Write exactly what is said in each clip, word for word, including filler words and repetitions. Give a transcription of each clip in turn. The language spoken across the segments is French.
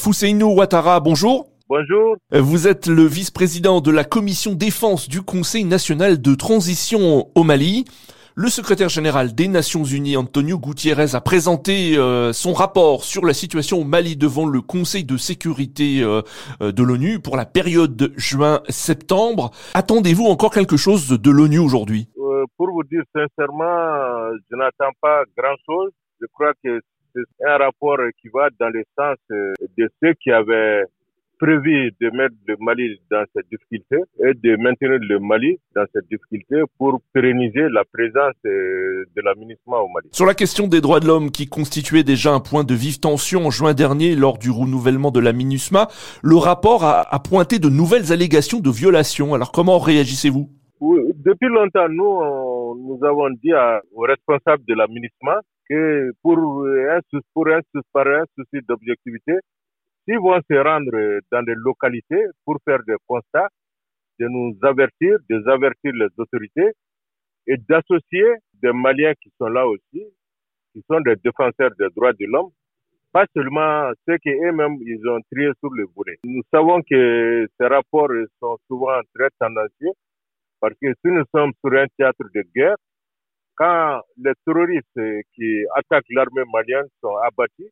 Fousseynou Ouattara, bonjour. Bonjour. Vous êtes le vice-président de la commission défense du Conseil national de transition au Mali. Le secrétaire général des Nations Unies, Antonio Gutiérrez, a présenté euh, son rapport sur la situation au Mali devant le Conseil de sécurité euh, de l'ONU pour la période juin-septembre. Attendez-vous encore quelque chose de l'ONU aujourd'hui ? euh, Pour vous dire sincèrement, je n'attends pas grand-chose. Je crois que c'est un rapport qui va dans le sens de ceux qui avaient prévu de mettre le Mali dans cette difficulté et de maintenir le Mali dans cette difficulté pour pérenniser la présence de la MINUSMA au Mali. Sur la question des droits de l'homme qui constituait déjà un point de vive tension en juin dernier lors du renouvellement de la MINUSMA, le rapport a, a pointé de nouvelles allégations de violations. Alors comment réagissez-vous ? Oui, depuis longtemps, nous, on, nous avons dit à, aux responsables de la MINUSMA que pour un, pour un, par un souci d'objectivité, s'ils vont se rendre dans des localités pour faire des constats, de nous avertir, de avertir les autorités et d'associer des Maliens qui sont là aussi, qui sont des défenseurs des droits de l'homme, pas seulement ceux qu'eux-mêmes ils ont triés sur le volet. Nous savons que ces rapports sont souvent très tendancieux parce que si nous sommes sur un théâtre de guerre, quand les terroristes qui attaquent l'armée malienne sont abattus,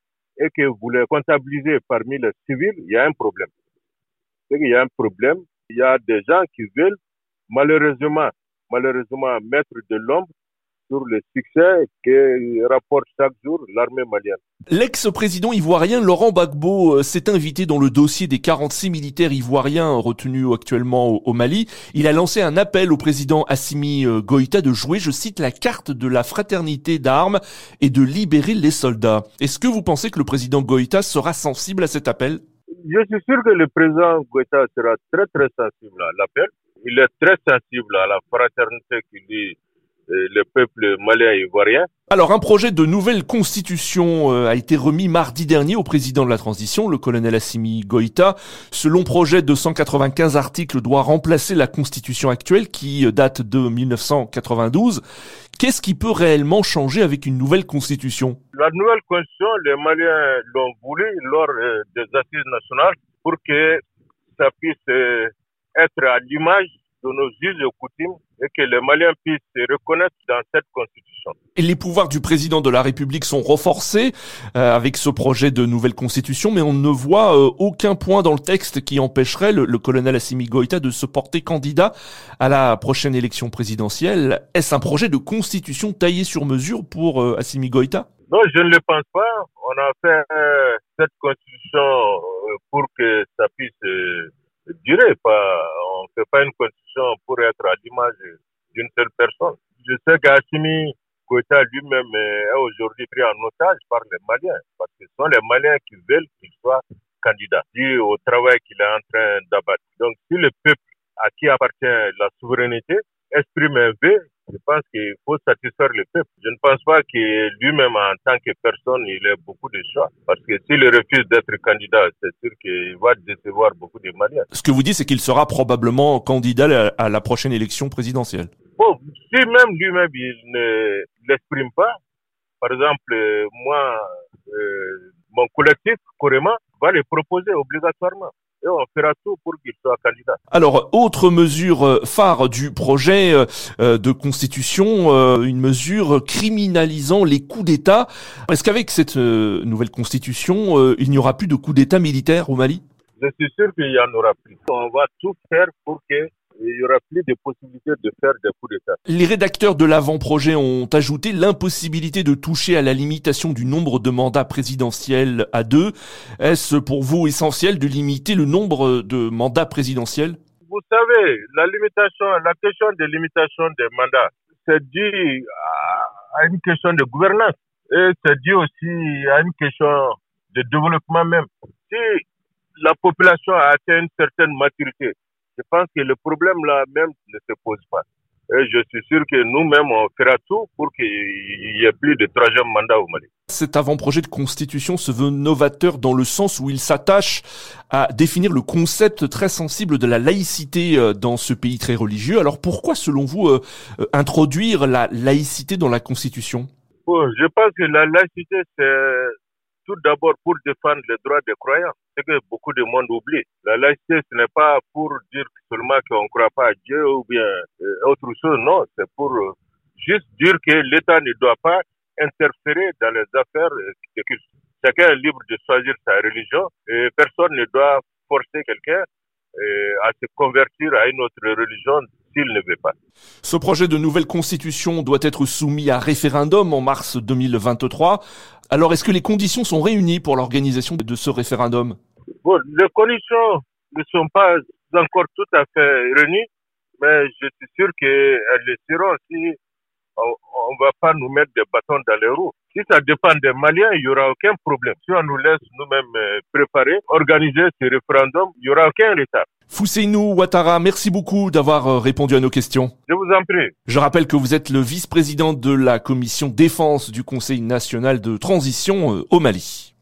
et que vous les comptabilisez parmi les civils, il y a un problème. C'est qu'il y a un problème. Il y a des gens qui veulent, malheureusement, malheureusement, mettre de l'ombre sur le succès que rapporte chaque jour l'armée malienne. L'ex-président ivoirien Laurent Gbagbo s'est invité dans le dossier des quarante-six militaires ivoiriens retenus actuellement au Mali. Il a lancé un appel au président Assimi Goïta de jouer, je cite, la carte de la fraternité d'armes et de libérer les soldats. Est-ce que vous pensez que le président Goïta sera sensible à cet appel ? Je suis sûr que le président Goïta sera très très sensible à l'appel. Il est très sensible à la fraternité qui lie le peuple malien et ivoirien. Alors, un projet de nouvelle constitution euh, a été remis mardi dernier au président de la transition, le colonel Assimi Goïta. Ce long projet de cent quatre-vingt-quinze articles doit remplacer la constitution actuelle qui date de dix-neuf cent quatre-vingt-douze. Qu'est-ce qui peut réellement changer avec une nouvelle constitution ? La nouvelle constitution, les Maliens l'ont voulu lors euh, des assises nationales pour que ça puisse euh, être à l'image de nos us et coutumes et que les Maliens puissent se reconnaître dans cette constitution. Et les pouvoirs du président de la République sont renforcés euh, avec ce projet de nouvelle constitution, mais on ne voit euh, aucun point dans le texte qui empêcherait le, le colonel Assimi Goïta de se porter candidat à la prochaine élection présidentielle. Est-ce un projet de constitution taillé sur mesure pour euh, Assimi Goïta ? Non, je ne le pense pas. On a fait euh, cette constitution euh, pour que ça puisse euh, durer. Pas, on ne fait pas une constitution pour être à l'image d'une seule personne. Je sais qu'Assimi Goïta lui-même est aujourd'hui pris en otage par les Maliens, parce que ce sont les Maliens qui veulent qu'il soit candidat, dû au travail qu'il est en train d'abattre. Donc, si le peuple à qui appartient la souveraineté exprime un vœu, je pense qu'il faut satisfaire le peuple. Je ne pense pas que lui-même, en tant que personne, il ait beaucoup de choix. Parce que s'il refuse d'être candidat, c'est sûr qu'il va décevoir beaucoup de Maliens. Ce que vous dites, c'est qu'il sera probablement candidat à la prochaine élection présidentielle. Bon, si même lui-même, il ne l'exprime pas, par exemple, moi, euh, mon collectif, Corema, va le proposer obligatoirement. Et on fera tout pour qu'il soit candidat. Alors, autre mesure phare du projet euh, de constitution, euh, une mesure criminalisant les coups d'État. Est-ce qu'avec cette euh, nouvelle constitution, euh, il n'y aura plus de coups d'État militaires au Mali ? Je suis sûr qu'il y en aura plus. On va tout faire pour que il y aura plus de possibilités de faire des coups d'État. Les rédacteurs de l'avant-projet ont ajouté l'impossibilité de toucher à la limitation du nombre de mandats présidentiels à deux. Est-ce pour vous essentiel de limiter le nombre de mandats présidentiels ? Vous savez, la limitation, la question de limitation des mandats, c'est dû à une question de gouvernance et c'est dû aussi à une question de développement même. Si la population a atteint une certaine maturité, je pense que le problème là même ne se pose pas. Et je suis sûr que nous-mêmes, on fera tout pour qu'il n'y ait plus de troisième mandat au Mali. Cet avant-projet de constitution se veut novateur dans le sens où il s'attache à définir le concept très sensible de la laïcité dans ce pays très religieux. Alors pourquoi, selon vous, euh, introduire la laïcité dans la Constitution ? Bon, je pense que la laïcité, c'est tout d'abord pour défendre les droits des croyants. C'est que beaucoup de monde oublie. La laïcité, ce n'est pas pour dire seulement qu'on ne croit pas à Dieu ou bien euh, autre chose. Non, c'est pour euh, juste dire que l'État ne doit pas interférer dans les affaires de culte. Chacun est libre de choisir sa religion et personne ne doit forcer quelqu'un à se convertir à une autre religion s'il ne veut pas. Ce projet de nouvelle constitution doit être soumis à référendum en mars deux mille vingt-trois. Alors, est-ce que les conditions sont réunies pour l'organisation de ce référendum? Bon, les conditions ne sont pas encore tout à fait réunies, mais je suis sûr qu'elles le seront si on ne va pas nous mettre des bâtons dans les roues. Si ça dépend des Maliens, il n'y aura aucun problème. Si on nous laisse nous-mêmes préparer, organiser ce référendum, il n'y aura aucun retard. Fousseynou Ouattara, merci beaucoup d'avoir répondu à nos questions. Je vous en prie. Je rappelle que vous êtes le vice-président de la commission défense du Conseil national de transition au Mali.